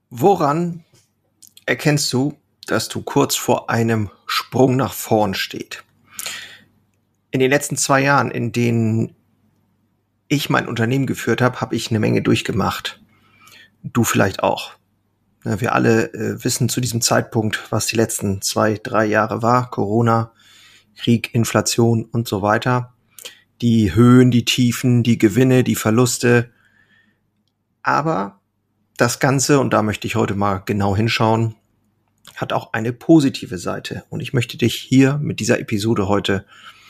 Woran erkennst du, dass du kurz vor einem Sprung nach vorn steht? In den letzten 2 Jahren, in denen ich mein Unternehmen geführt habe, habe ich eine Menge durchgemacht. Du vielleicht auch. Wir alle wissen zu diesem Zeitpunkt, was die letzten 2-3 Jahre war. Corona, Krieg, Inflation und so weiter. Die Höhen, die Tiefen, die Gewinne, die Verluste. Aber das Ganze, und da möchte ich heute mal genau hinschauen, hat auch eine positive Seite. Und ich möchte dich hier mit dieser Episode heute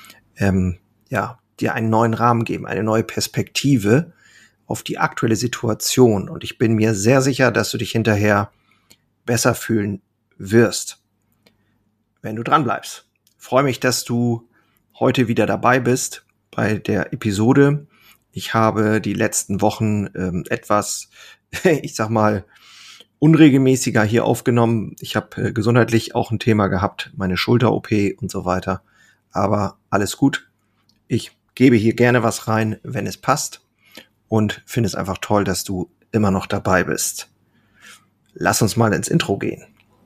dir einen neuen Rahmen geben, eine neue Perspektive auf die aktuelle Situation. Und ich bin mir sehr sicher, dass du dich hinterher besser fühlen wirst, wenn du dran bleibst. Ich freue mich, dass du heute wieder dabei bist bei der Episode. Ich habe die letzten Wochen etwas, ich sag mal, unregelmäßiger hier aufgenommen. Ich habe gesundheitlich auch ein Thema gehabt, meine Schulter-OP und so weiter. Aber alles gut. Ich gebe hier gerne was rein, wenn es passt, und finde es einfach toll, dass du immer noch dabei bist. Lass uns mal ins Intro gehen.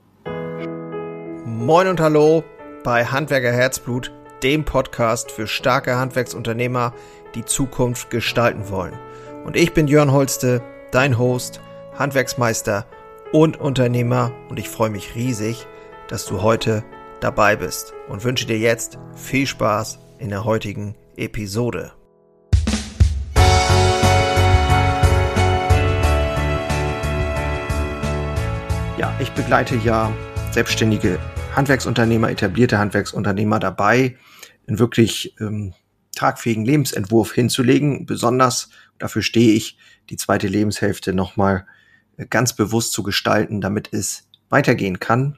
Moin und hallo bei Handwerker Herzblut, dem Podcast für starke Handwerksunternehmer, die Zukunft gestalten wollen. Und ich bin Jörn Holste, dein Host, Handwerksmeister und Unternehmer, und ich freue mich riesig, dass du heute dabei bist und wünsche dir jetzt viel Spaß in der heutigen Episode. Ja, ich begleite ja selbstständige Handwerksunternehmer, etablierte Handwerksunternehmer dabei, einen wirklich tragfähigen Lebensentwurf hinzulegen. Besonders dafür stehe ich, die zweite Lebenshälfte nochmal ganz bewusst zu gestalten, damit es weitergehen kann,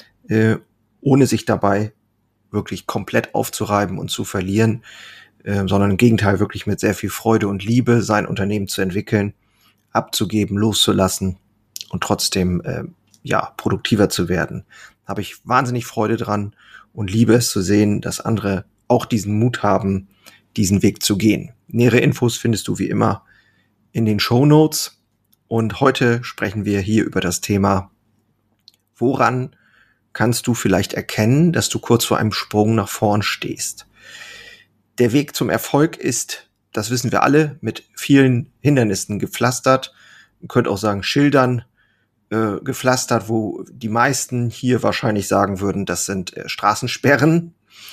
ohne sich dabei wirklich komplett aufzureiben und zu verlieren, sondern im Gegenteil wirklich mit sehr viel Freude und Liebe sein Unternehmen zu entwickeln, abzugeben, loszulassen und trotzdem produktiver zu werden. Habe ich wahnsinnig Freude dran und liebe es zu sehen, dass andere auch diesen Mut haben, diesen Weg zu gehen. Nähere Infos findest du wie immer in den Shownotes. Und heute sprechen wir hier über das Thema: Woran kannst du vielleicht erkennen, dass du kurz vor einem Sprung nach vorn stehst? Der Weg zum Erfolg ist, das wissen wir alle, mit vielen Hindernissen gepflastert. Man könnte auch sagen Schildern gepflastert, wo die meisten hier wahrscheinlich sagen würden, das sind Straßensperren.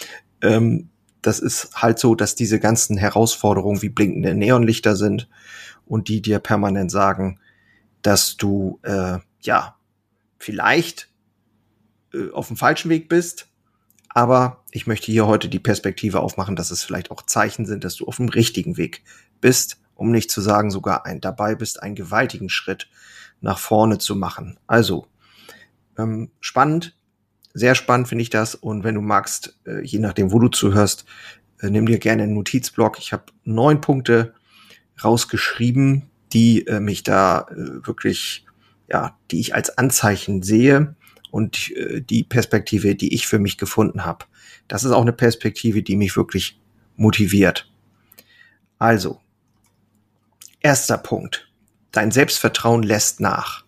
Das ist halt so, dass diese ganzen Herausforderungen wie blinkende Neonlichter sind und die dir permanent sagen, dass du vielleicht auf dem falschen Weg bist, aber ich möchte hier heute die Perspektive aufmachen, dass es vielleicht auch Zeichen sind, dass du auf dem richtigen Weg bist, um nicht zu sagen sogar dabei bist, einen gewaltigen Schritt nach vorne zu machen. Also spannend, sehr spannend finde ich das, und wenn du magst, je nachdem, wo du zuhörst, nimm dir gerne einen Notizblock. Ich habe 9 Punkte rausgeschrieben, die mich da wirklich, die ich als Anzeichen sehe und die Perspektive, die ich für mich gefunden habe. Das ist auch eine Perspektive, die mich wirklich motiviert. Also, erster Punkt. Dein Selbstvertrauen lässt nach.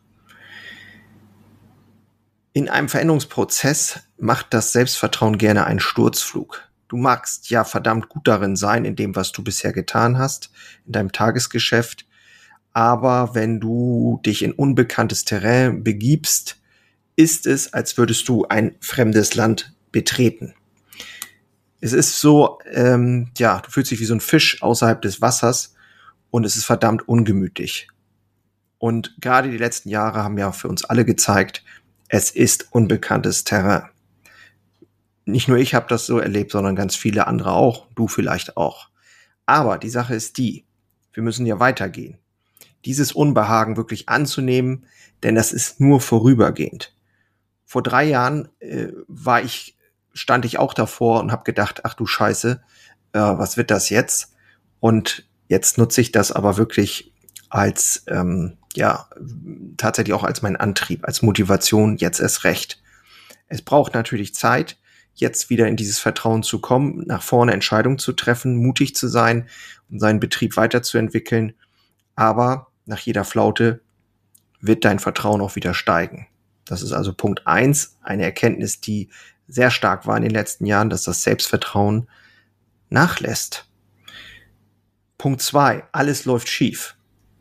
In einem Veränderungsprozess macht das Selbstvertrauen gerne einen Sturzflug. Du magst ja verdammt gut darin sein, in dem, was du bisher getan hast, in deinem Tagesgeschäft. Aber wenn du dich in unbekanntes Terrain begibst, ist es, als würdest du ein fremdes Land betreten. Es ist so, du fühlst dich wie so ein Fisch außerhalb des Wassers und es ist verdammt ungemütlich. Und gerade die letzten Jahre haben ja für uns alle gezeigt, es ist unbekanntes Terrain. Nicht nur ich habe das so erlebt, sondern ganz viele andere auch, du vielleicht auch. Aber die Sache ist die, wir müssen ja weitergehen. Dieses Unbehagen wirklich anzunehmen, denn das ist nur vorübergehend. Vor 3 Jahren stand ich auch davor und habe gedacht, ach du Scheiße, was wird das jetzt? Und jetzt nutze ich das aber wirklich als tatsächlich auch als mein Antrieb, als Motivation, jetzt erst recht. Es braucht natürlich Zeit, jetzt wieder in dieses Vertrauen zu kommen, nach vorne Entscheidungen zu treffen, mutig zu sein und seinen Betrieb weiterzuentwickeln. Aber nach jeder Flaute wird dein Vertrauen auch wieder steigen. Das ist also Punkt 1, eine Erkenntnis, die sehr stark war in den letzten Jahren, dass das Selbstvertrauen nachlässt. Punkt 2, alles läuft schief.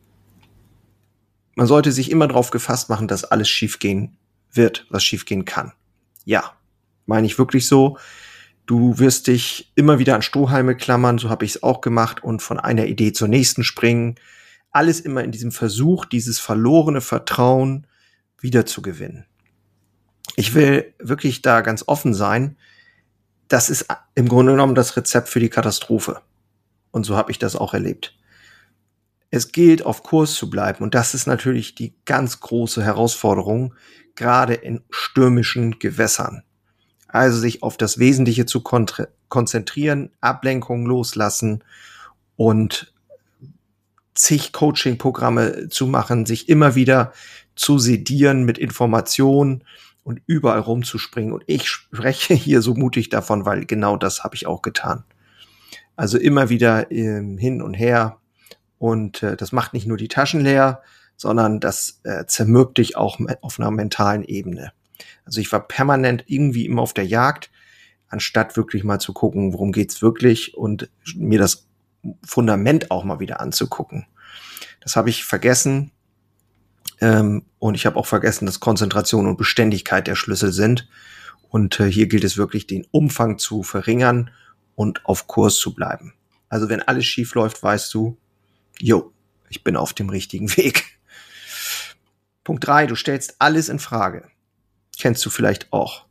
Man sollte sich immer darauf gefasst machen, dass alles schiefgehen wird, was schiefgehen kann. Ja, meine ich wirklich so. Du wirst dich immer wieder an Strohhalme klammern, so habe ich es auch gemacht, und von einer Idee zur nächsten springen. Alles immer in diesem Versuch, dieses verlorene Vertrauen wiederzugewinnen. Ich will wirklich da ganz offen sein. Das ist im Grunde genommen das Rezept für die Katastrophe. Und so habe ich das auch erlebt. Es gilt, auf Kurs zu bleiben. Und das ist natürlich die ganz große Herausforderung, gerade in stürmischen Gewässern. Also sich auf das Wesentliche zu konzentrieren, Ablenkungen loslassen und zig Coaching-Programme zu machen, sich immer wieder zu sedieren mit Informationen und überall rumzuspringen. Und ich spreche hier so mutig davon, weil genau das habe ich auch getan. Also immer wieder hin und her. Und das macht nicht nur die Taschen leer, sondern das zermürbt dich auch auf einer mentalen Ebene. Also ich war permanent irgendwie immer auf der Jagd, anstatt wirklich mal zu gucken, worum geht's wirklich, und mir das Fundament auch mal wieder anzugucken. Das habe ich vergessen. Und ich habe auch vergessen, dass Konzentration und Beständigkeit der Schlüssel sind. Und hier gilt es wirklich, den Umfang zu verringern und auf Kurs zu bleiben. Also wenn alles schief läuft, weißt du, ich bin auf dem richtigen Weg. Punkt 3, du stellst alles in Frage. Kennst du vielleicht auch.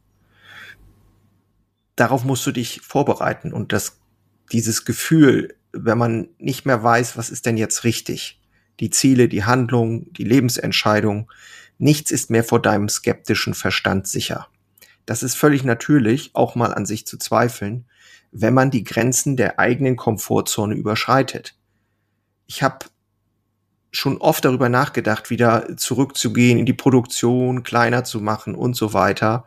Darauf musst du dich vorbereiten, und dieses Gefühl, wenn man nicht mehr weiß, was ist denn jetzt richtig, die Ziele, die Handlung, die Lebensentscheidung, nichts ist mehr vor deinem skeptischen Verstand sicher. Das ist völlig natürlich, auch mal an sich zu zweifeln, wenn man die Grenzen der eigenen Komfortzone überschreitet. Ich habe schon oft darüber nachgedacht, wieder zurückzugehen in die Produktion, kleiner zu machen und so weiter.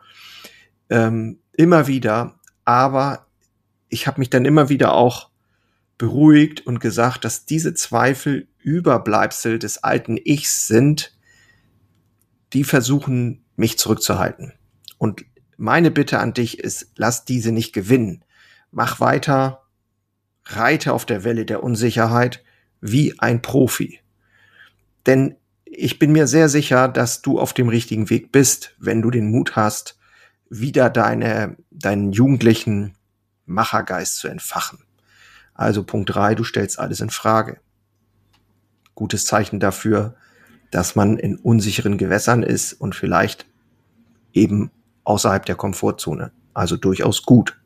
Immer wieder, aber ich habe mich dann immer wieder auch beruhigt und gesagt, dass diese Zweifel Überbleibsel des alten Ichs sind, die versuchen, mich zurückzuhalten. Und meine Bitte an dich ist, lass diese nicht gewinnen. Mach weiter, reite auf der Welle der Unsicherheit wie ein Profi. Denn ich bin mir sehr sicher, dass du auf dem richtigen Weg bist, wenn du den Mut hast, wieder deinen jugendlichen Machergeist zu entfachen. Also Punkt 3, du stellst alles in Frage. Gutes Zeichen dafür, dass man in unsicheren Gewässern ist und vielleicht eben außerhalb der Komfortzone. Also durchaus gut.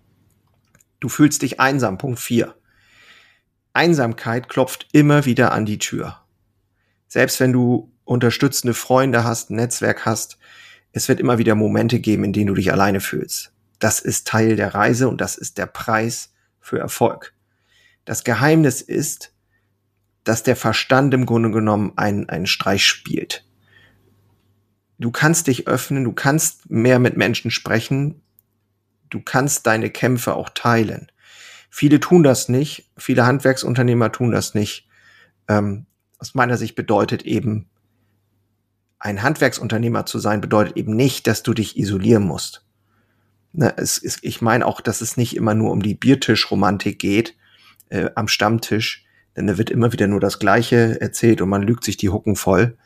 Du fühlst dich einsam. Punkt 4. Einsamkeit klopft immer wieder an die Tür. Selbst wenn du unterstützende Freunde hast, ein Netzwerk hast, es wird immer wieder Momente geben, in denen du dich alleine fühlst. Das ist Teil der Reise und das ist der Preis für Erfolg. Das Geheimnis ist, dass der Verstand im Grunde genommen einen Streich spielt. Du kannst dich öffnen, du kannst mehr mit Menschen sprechen, du kannst deine Kämpfe auch teilen. Viele tun das nicht, viele Handwerksunternehmer tun das nicht. Aus meiner Sicht bedeutet eben, ein Handwerksunternehmer zu sein, bedeutet eben nicht, dass du dich isolieren musst. Ich meine auch, dass es nicht immer nur um die Biertischromantik geht, am Stammtisch, denn da wird immer wieder nur das Gleiche erzählt und man lügt sich die Hucken voll.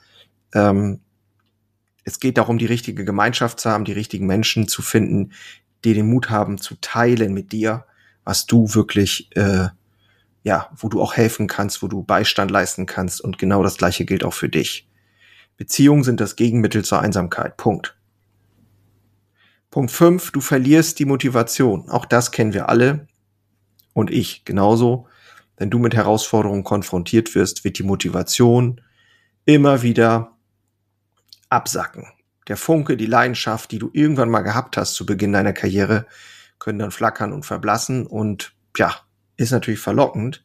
Es geht darum, die richtige Gemeinschaft zu haben, die richtigen Menschen zu finden, die den Mut haben zu teilen mit dir, was du wirklich, wo du auch helfen kannst, wo du Beistand leisten kannst, und genau das Gleiche gilt auch für dich. Beziehungen sind das Gegenmittel zur Einsamkeit. Punkt. Punkt 5, du verlierst die Motivation. Auch das kennen wir alle und ich genauso. Wenn du mit Herausforderungen konfrontiert wirst, wird die Motivation immer wieder absacken. Der Funke, die Leidenschaft, die du irgendwann mal gehabt hast zu Beginn deiner Karriere, können dann flackern und verblassen, und ist natürlich verlockend,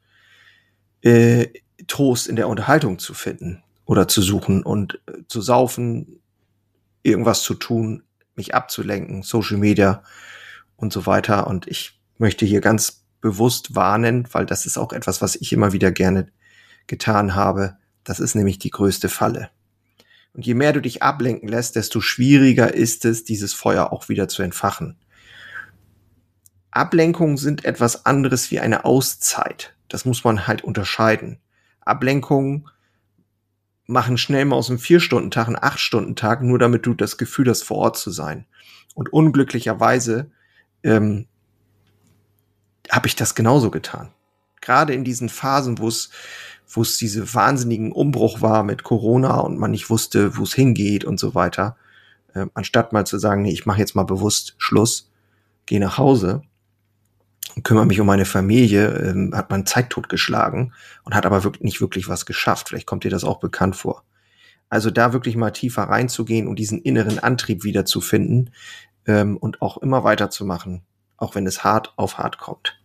Trost in der Unterhaltung zu finden oder zu suchen und zu saufen, irgendwas zu tun, mich abzulenken, Social Media und so weiter. Und ich möchte hier ganz bewusst warnen, weil das ist auch etwas, was ich immer wieder gerne getan habe. Das ist nämlich die größte Falle. Und je mehr du dich ablenken lässt, desto schwieriger ist es, dieses Feuer auch wieder zu entfachen. Ablenkungen sind etwas anderes wie eine Auszeit. Das muss man halt unterscheiden. Ablenkungen machen schnell mal aus einem 4-Stunden-Tag einen 8-Stunden-Tag, nur damit du das Gefühl hast, vor Ort zu sein. Und unglücklicherweise habe ich das genauso getan. Gerade in diesen Phasen, wo es diese wahnsinnigen Umbruch war mit Corona und man nicht wusste, wo es hingeht und so weiter, anstatt mal zu sagen, nee, ich mache jetzt mal bewusst Schluss, gehe nach Hause und kümmere mich um meine Familie, hat man Zeit totgeschlagen und hat aber nicht wirklich was geschafft. Vielleicht kommt dir das auch bekannt vor. Also da wirklich mal tiefer reinzugehen und diesen inneren Antrieb wiederzufinden und auch immer weiterzumachen, auch wenn es hart auf hart kommt.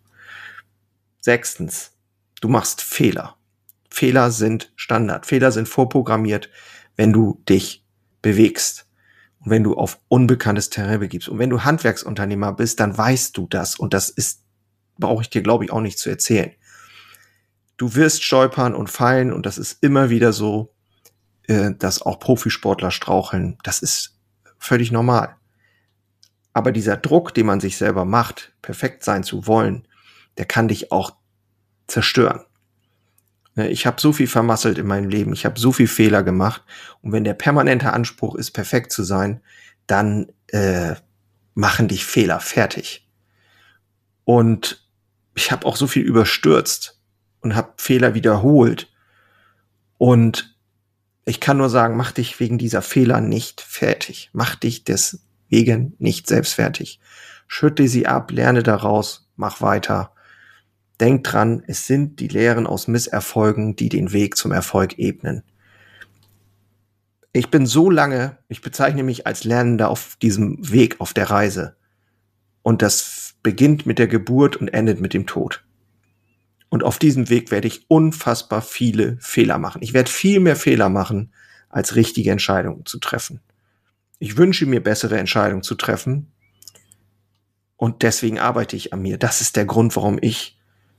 6. Du machst Fehler. Fehler sind Standard. Fehler sind vorprogrammiert, wenn du dich bewegst und wenn du auf unbekanntes Terrain begibst. Und wenn du Handwerksunternehmer bist, dann weißt du das. Und das brauche ich dir, glaube ich, auch nicht zu erzählen. Du wirst stolpern und fallen und das ist immer wieder so, dass auch Profisportler straucheln. Das ist völlig normal. Aber dieser Druck, den man sich selber macht, perfekt sein zu wollen, der kann dich auch zerstören. Ich habe so viel vermasselt in meinem Leben, ich habe so viel Fehler gemacht und wenn der permanente Anspruch ist, perfekt zu sein, dann machen dich Fehler fertig. Und ich habe auch so viel überstürzt und habe Fehler wiederholt und ich kann nur sagen, mach dich wegen dieser Fehler nicht fertig. Mach dich deswegen nicht selbst fertig. Schütte sie ab, lerne daraus, mach weiter. Denk dran, es sind die Lehren aus Misserfolgen, die den Weg zum Erfolg ebnen. Ich bezeichne mich als Lernender auf diesem Weg, auf der Reise. Und das beginnt mit der Geburt und endet mit dem Tod. Und auf diesem Weg werde ich unfassbar viele Fehler machen. Ich werde viel mehr Fehler machen, als richtige Entscheidungen zu treffen. Ich wünsche mir, bessere Entscheidungen zu treffen. Und deswegen arbeite ich an mir. Das ist der Grund, warum ich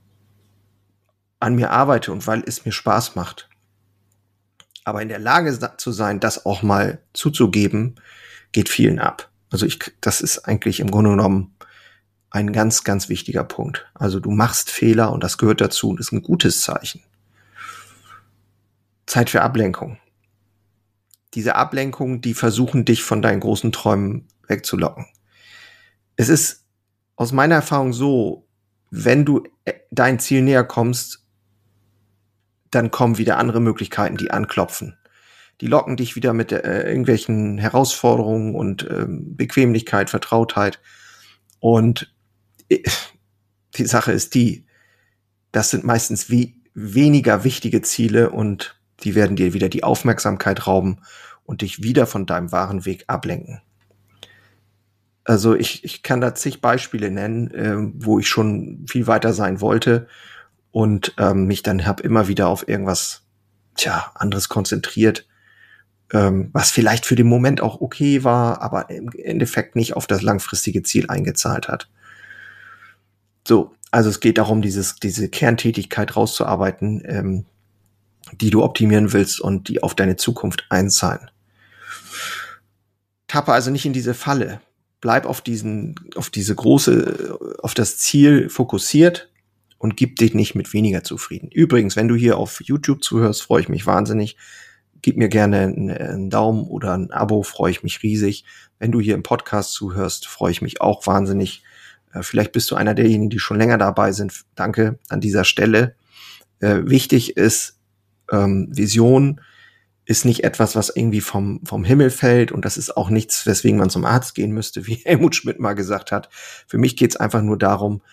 an mir arbeite und weil es mir Spaß macht. Aber in der Lage zu sein, das auch mal zuzugeben, geht vielen ab. Also das ist eigentlich im Grunde genommen ein ganz, ganz wichtiger Punkt. Also du machst Fehler und das gehört dazu und ist ein gutes Zeichen. Zeit für Ablenkung. Diese Ablenkungen, die versuchen, dich von deinen großen Träumen wegzulocken. Es ist aus meiner Erfahrung so, wenn du dein Ziel näher kommst, dann kommen wieder andere Möglichkeiten, die anklopfen. Die locken dich wieder mit irgendwelchen Herausforderungen und Bequemlichkeit, Vertrautheit. Und die Sache ist das sind meistens weniger wichtige Ziele und die werden dir wieder die Aufmerksamkeit rauben und dich wieder von deinem wahren Weg ablenken. Also ich kann da zig Beispiele nennen, wo ich schon viel weiter sein wollte und mich dann immer wieder auf irgendwas anderes konzentriert, was vielleicht für den Moment auch okay war, aber im Endeffekt nicht auf das langfristige Ziel eingezahlt hat. So, also es geht darum, diese Kerntätigkeit rauszuarbeiten, die du optimieren willst und die auf deine Zukunft einzahlen. Tappe also nicht in diese Falle. Bleib auf das Ziel fokussiert und gib dich nicht mit weniger zufrieden. Übrigens, wenn du hier auf YouTube zuhörst, freue ich mich wahnsinnig. Gib mir gerne einen Daumen oder ein Abo, freue ich mich riesig. Wenn du hier im Podcast zuhörst, freue ich mich auch wahnsinnig. Vielleicht bist du einer derjenigen, die schon länger dabei sind. Danke an dieser Stelle. Wichtig ist, Vision ist nicht etwas, was irgendwie vom Himmel fällt und das ist auch nichts, weswegen man zum Arzt gehen müsste, wie Helmut Schmidt mal gesagt hat. Für mich geht es einfach nur darum,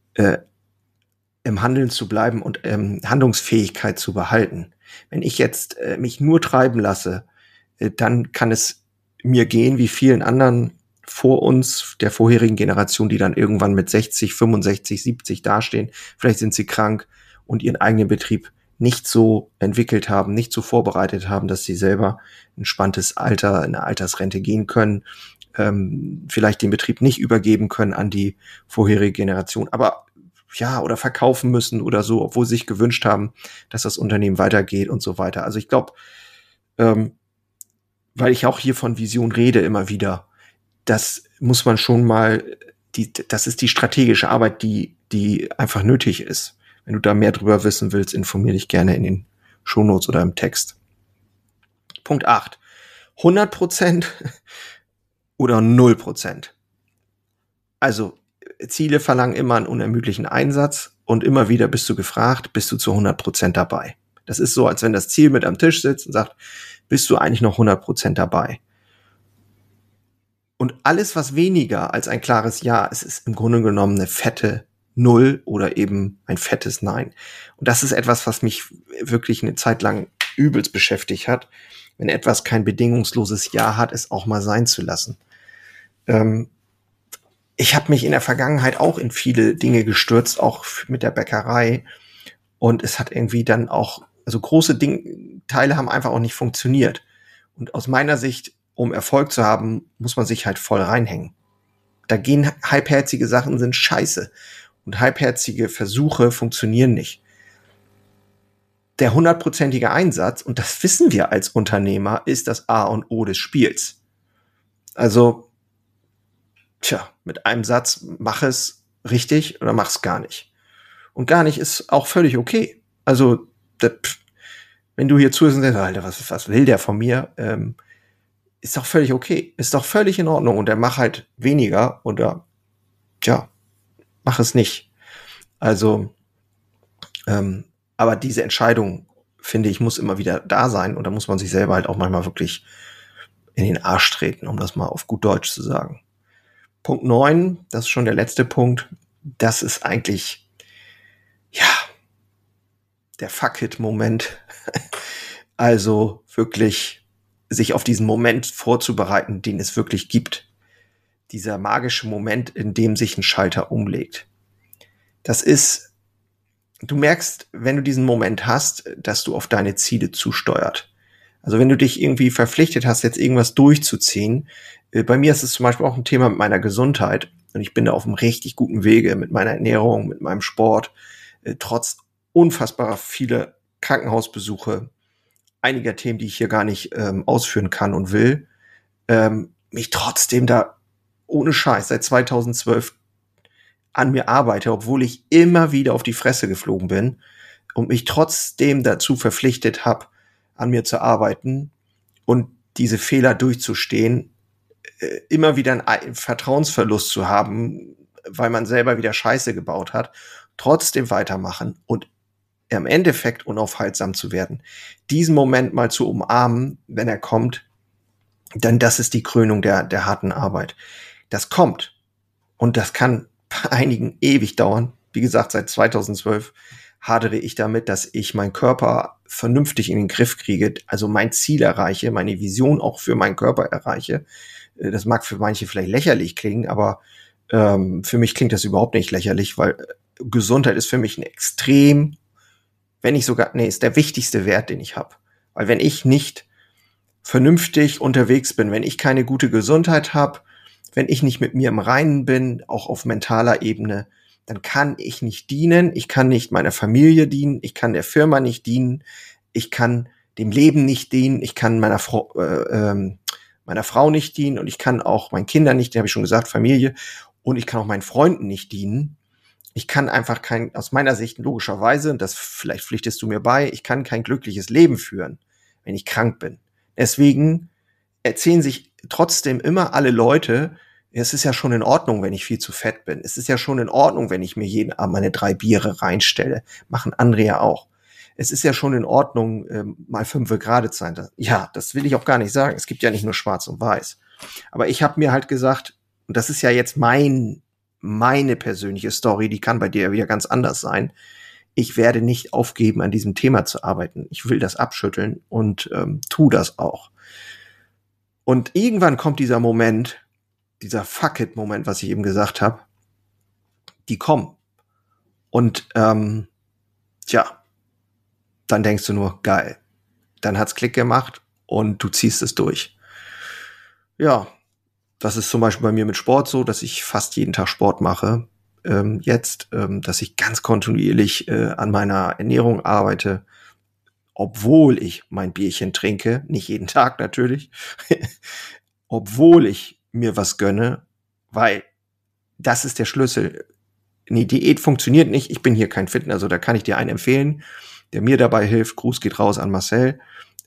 im Handeln zu bleiben und Handlungsfähigkeit zu behalten. Wenn ich jetzt mich nur treiben lasse, dann kann es mir gehen wie vielen anderen vor uns, der vorherigen Generation, die dann irgendwann mit 60, 65, 70 dastehen. Vielleicht sind sie krank und ihren eigenen Betrieb nicht so entwickelt haben, nicht so vorbereitet haben, dass sie selber ein entspanntes Alter, eine Altersrente gehen können, vielleicht den Betrieb nicht übergeben können an die vorherige Generation, aber oder verkaufen müssen oder so, obwohl sie sich gewünscht haben, dass das Unternehmen weitergeht und so weiter. Also ich glaube, weil ich auch hier von Vision rede immer wieder. Das muss man schon mal, das ist die strategische Arbeit, die einfach nötig ist. Wenn du da mehr drüber wissen willst, informier dich gerne in den Shownotes oder im Text. Punkt 8. 100% oder 0%. Also Ziele verlangen immer einen unermüdlichen Einsatz und immer wieder bist du gefragt, bist du zu 100% dabei. Das ist so, als wenn das Ziel mit am Tisch sitzt und sagt, bist du eigentlich noch 100% dabei? Und alles, was weniger als ein klares Ja ist, ist im Grunde genommen eine fette Null oder eben ein fettes Nein. Und das ist etwas, was mich wirklich eine Zeit lang übelst beschäftigt hat. Wenn etwas kein bedingungsloses Ja hat, es auch mal sein zu lassen. Ich habe mich in der Vergangenheit auch in viele Dinge gestürzt, auch mit der Bäckerei. Und es hat irgendwie dann auch, also große Teile haben einfach auch nicht funktioniert. Und aus meiner Sicht, um Erfolg zu haben, muss man sich halt voll reinhängen. Da gehen halbherzige Sachen, sind scheiße. Und halbherzige Versuche funktionieren nicht. Der 100%ige Einsatz, und das wissen wir als Unternehmer, ist das A und O des Spiels. Also, mit einem Satz, mach es richtig oder mach es gar nicht. Und gar nicht ist auch völlig okay. Also, wenn du hier zuhörst und sagst, Alter, was will der von mir? Ist doch völlig okay. Ist doch völlig in Ordnung. Und der macht halt weniger oder, mach es nicht. Also, aber diese Entscheidung, finde ich, muss immer wieder da sein. Und da muss man sich selber halt auch manchmal wirklich in den Arsch treten, um das mal auf gut Deutsch zu sagen. Punkt 9, das ist schon der letzte Punkt. Das ist eigentlich, der Fuck-it-Moment. Also wirklich sich auf diesen Moment vorzubereiten, den es wirklich gibt. Dieser magische Moment, in dem sich ein Schalter umlegt. Das ist, du merkst, wenn du diesen Moment hast, dass du auf deine Ziele zusteuert. Also wenn du dich irgendwie verpflichtet hast, jetzt irgendwas durchzuziehen, bei mir ist es zum Beispiel auch ein Thema mit meiner Gesundheit und ich bin da auf einem richtig guten Wege mit meiner Ernährung, mit meinem Sport, trotz unfassbarer viele Krankenhausbesuche, einiger Themen, die ich hier gar nicht ausführen kann und will, mich trotzdem da ohne Scheiß seit 2012 an mir arbeite, obwohl ich immer wieder auf die Fresse geflogen bin und mich trotzdem dazu verpflichtet habe, an mir zu arbeiten und diese Fehler durchzustehen, immer wieder einen Vertrauensverlust zu haben, weil man selber wieder Scheiße gebaut hat, trotzdem weitermachen und im Endeffekt unaufhaltsam zu werden. Diesen Moment mal zu umarmen, wenn er kommt, denn das ist die Krönung der harten Arbeit. Das kommt und das kann bei einigen ewig dauern. Wie gesagt, seit 2012 hadere ich damit, dass ich meinen Körper vernünftig in den Griff kriege, also mein Ziel erreiche, meine Vision auch für meinen Körper erreiche. Das mag für manche vielleicht lächerlich klingen, aber für mich klingt das überhaupt nicht lächerlich, weil Gesundheit ist für mich ein extrem, wenn nicht sogar, ist der wichtigste Wert, den ich habe. Weil wenn ich nicht vernünftig unterwegs bin, wenn ich keine gute Gesundheit habe, wenn ich nicht mit mir im Reinen bin, auch auf mentaler Ebene, dann kann ich nicht dienen, ich kann nicht meiner Familie dienen, ich kann der Firma nicht dienen, ich kann dem Leben nicht dienen, ich kann meiner Frau nicht dienen und ich kann auch meinen Kindern nicht, die habe ich schon gesagt, Familie, und ich kann auch meinen Freunden nicht dienen. Ich kann einfach aus meiner Sicht logischerweise, und das vielleicht pflichtest du mir bei, ich kann kein glückliches Leben führen, wenn ich krank bin. Deswegen erzählen sich trotzdem immer alle Leute, es ist ja schon in Ordnung, wenn ich viel zu fett bin. Es ist ja schon in Ordnung, wenn ich mir jeden Abend meine 3 Biere reinstelle. Machen andere ja auch. Es ist ja schon in Ordnung, mal 5 gerade zu sein. Ja, das will ich auch gar nicht sagen. Es gibt ja nicht nur schwarz und weiß. Aber ich habe mir halt gesagt, und das ist ja jetzt meine persönliche Story, die kann bei dir ja wieder ganz anders sein. Ich werde nicht aufgeben, an diesem Thema zu arbeiten. Ich will das abschütteln und tu das auch. Und irgendwann kommt dieser Moment, dieser Fuck-it-Moment, was ich eben gesagt habe, die kommen. Und dann denkst du nur, geil. Dann hat's Klick gemacht und du ziehst es durch. Ja, das ist zum Beispiel bei mir mit Sport so, dass ich fast jeden Tag Sport mache. Dass ich ganz kontinuierlich an meiner Ernährung arbeite. obwohl ich mein Bierchen trinke, nicht jeden Tag natürlich, obwohl ich mir was gönne, weil das ist der Schlüssel. Eine Diät funktioniert nicht. Ich bin hier kein Fitness, also da kann ich dir einen empfehlen, der mir dabei hilft. Gruß geht raus an Marcel.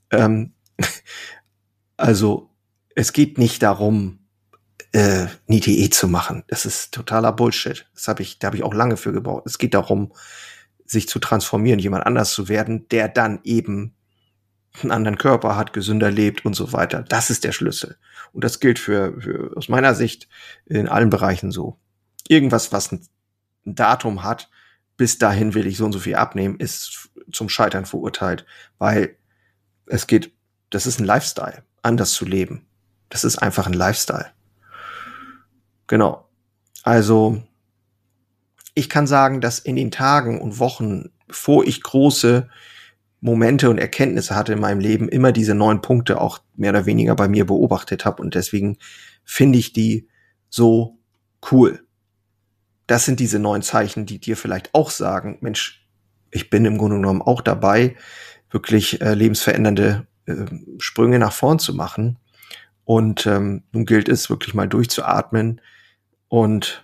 Also es geht nicht darum, eine Diät zu machen. Das ist totaler Bullshit. Da habe ich auch lange für gebraucht. Es geht darum, sich zu transformieren, jemand anders zu werden, der dann eben einen anderen Körper hat, gesünder lebt und so weiter. Das ist der Schlüssel. Und das gilt für aus meiner Sicht in allen Bereichen so. Irgendwas, was ein Datum hat, bis dahin will ich so und so viel abnehmen, ist zum Scheitern verurteilt, weil das ist ein Lifestyle, anders zu leben. Das ist einfach ein Lifestyle. Genau. Also, ich kann sagen, dass in den Tagen und Wochen, bevor ich große Momente und Erkenntnisse hatte in meinem Leben, immer diese 9 Punkte auch mehr oder weniger bei mir beobachtet habe und deswegen finde ich die so cool. Das sind diese 9 Zeichen, die dir vielleicht auch sagen, Mensch, ich bin im Grunde genommen auch dabei, wirklich lebensverändernde Sprünge nach vorn zu machen. Und nun gilt es wirklich mal durchzuatmen und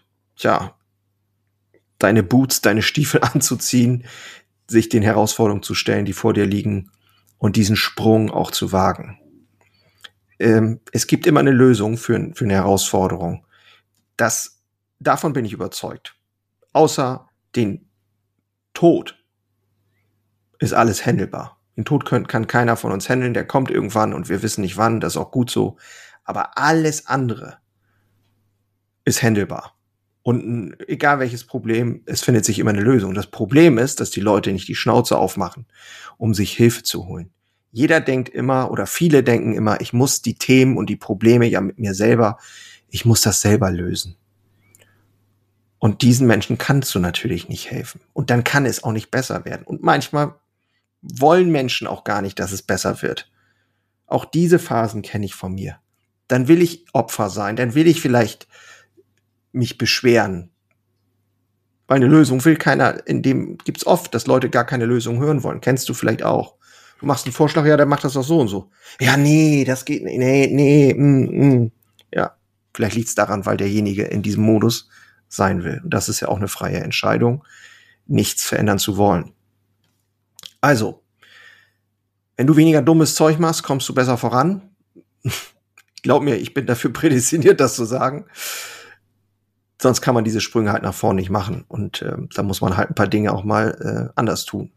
deine Boots, deine Stiefel anzuziehen, sich den Herausforderungen zu stellen, die vor dir liegen und diesen Sprung auch zu wagen. Es gibt immer eine Lösung für eine Herausforderung. Davon bin ich überzeugt. Außer den Tod ist alles handelbar. Den Tod kann keiner von uns handeln, der kommt irgendwann und wir wissen nicht wann, das ist auch gut so. Aber alles andere ist handelbar. Und egal welches Problem, es findet sich immer eine Lösung. Das Problem ist, dass die Leute nicht die Schnauze aufmachen, um sich Hilfe zu holen. Jeder denkt immer oder viele denken immer, ich muss die Themen und die Probleme ja mit mir selber, ich muss das selber lösen. Und diesen Menschen kannst du natürlich nicht helfen. Und dann kann es auch nicht besser werden. Und manchmal wollen Menschen auch gar nicht, dass es besser wird. Auch diese Phasen kenne ich von mir. Dann will ich Opfer sein, dann will ich vielleicht mich beschweren. Weil eine Lösung will keiner, in dem gibt's oft, dass Leute gar keine Lösung hören wollen. Kennst du vielleicht auch. Du machst einen Vorschlag, ja, der macht das doch so und so. Ja, nee, das geht nicht, nee. Ja, vielleicht liegt's daran, weil derjenige in diesem Modus sein will. Und das ist ja auch eine freie Entscheidung, nichts verändern zu wollen. Also, wenn du weniger dummes Zeug machst, kommst du besser voran. Glaub mir, ich bin dafür prädestiniert, das zu sagen. Sonst kann man diese Sprünge halt nach vorne nicht machen. Und da muss man halt ein paar Dinge auch mal anders tun.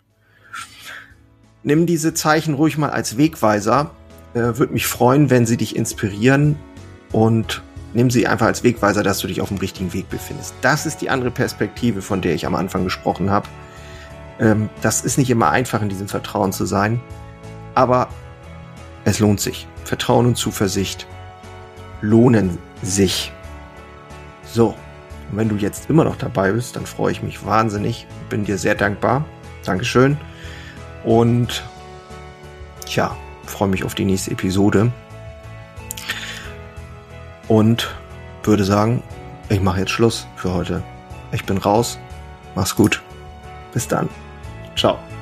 Nimm diese Zeichen ruhig mal als Wegweiser. Würde mich freuen, wenn sie dich inspirieren. Und nimm sie einfach als Wegweiser, dass du dich auf dem richtigen Weg befindest. Das ist die andere Perspektive, von der ich am Anfang gesprochen habe. Das ist nicht immer einfach, in diesem Vertrauen zu sein. Aber es lohnt sich. Vertrauen und Zuversicht lohnen sich. So, und wenn du jetzt immer noch dabei bist, dann freue ich mich wahnsinnig. Bin dir sehr dankbar. Dankeschön. Und freue mich auf die nächste Episode. Und würde sagen, ich mache jetzt Schluss für heute. Ich bin raus. Mach's gut. Bis dann. Ciao.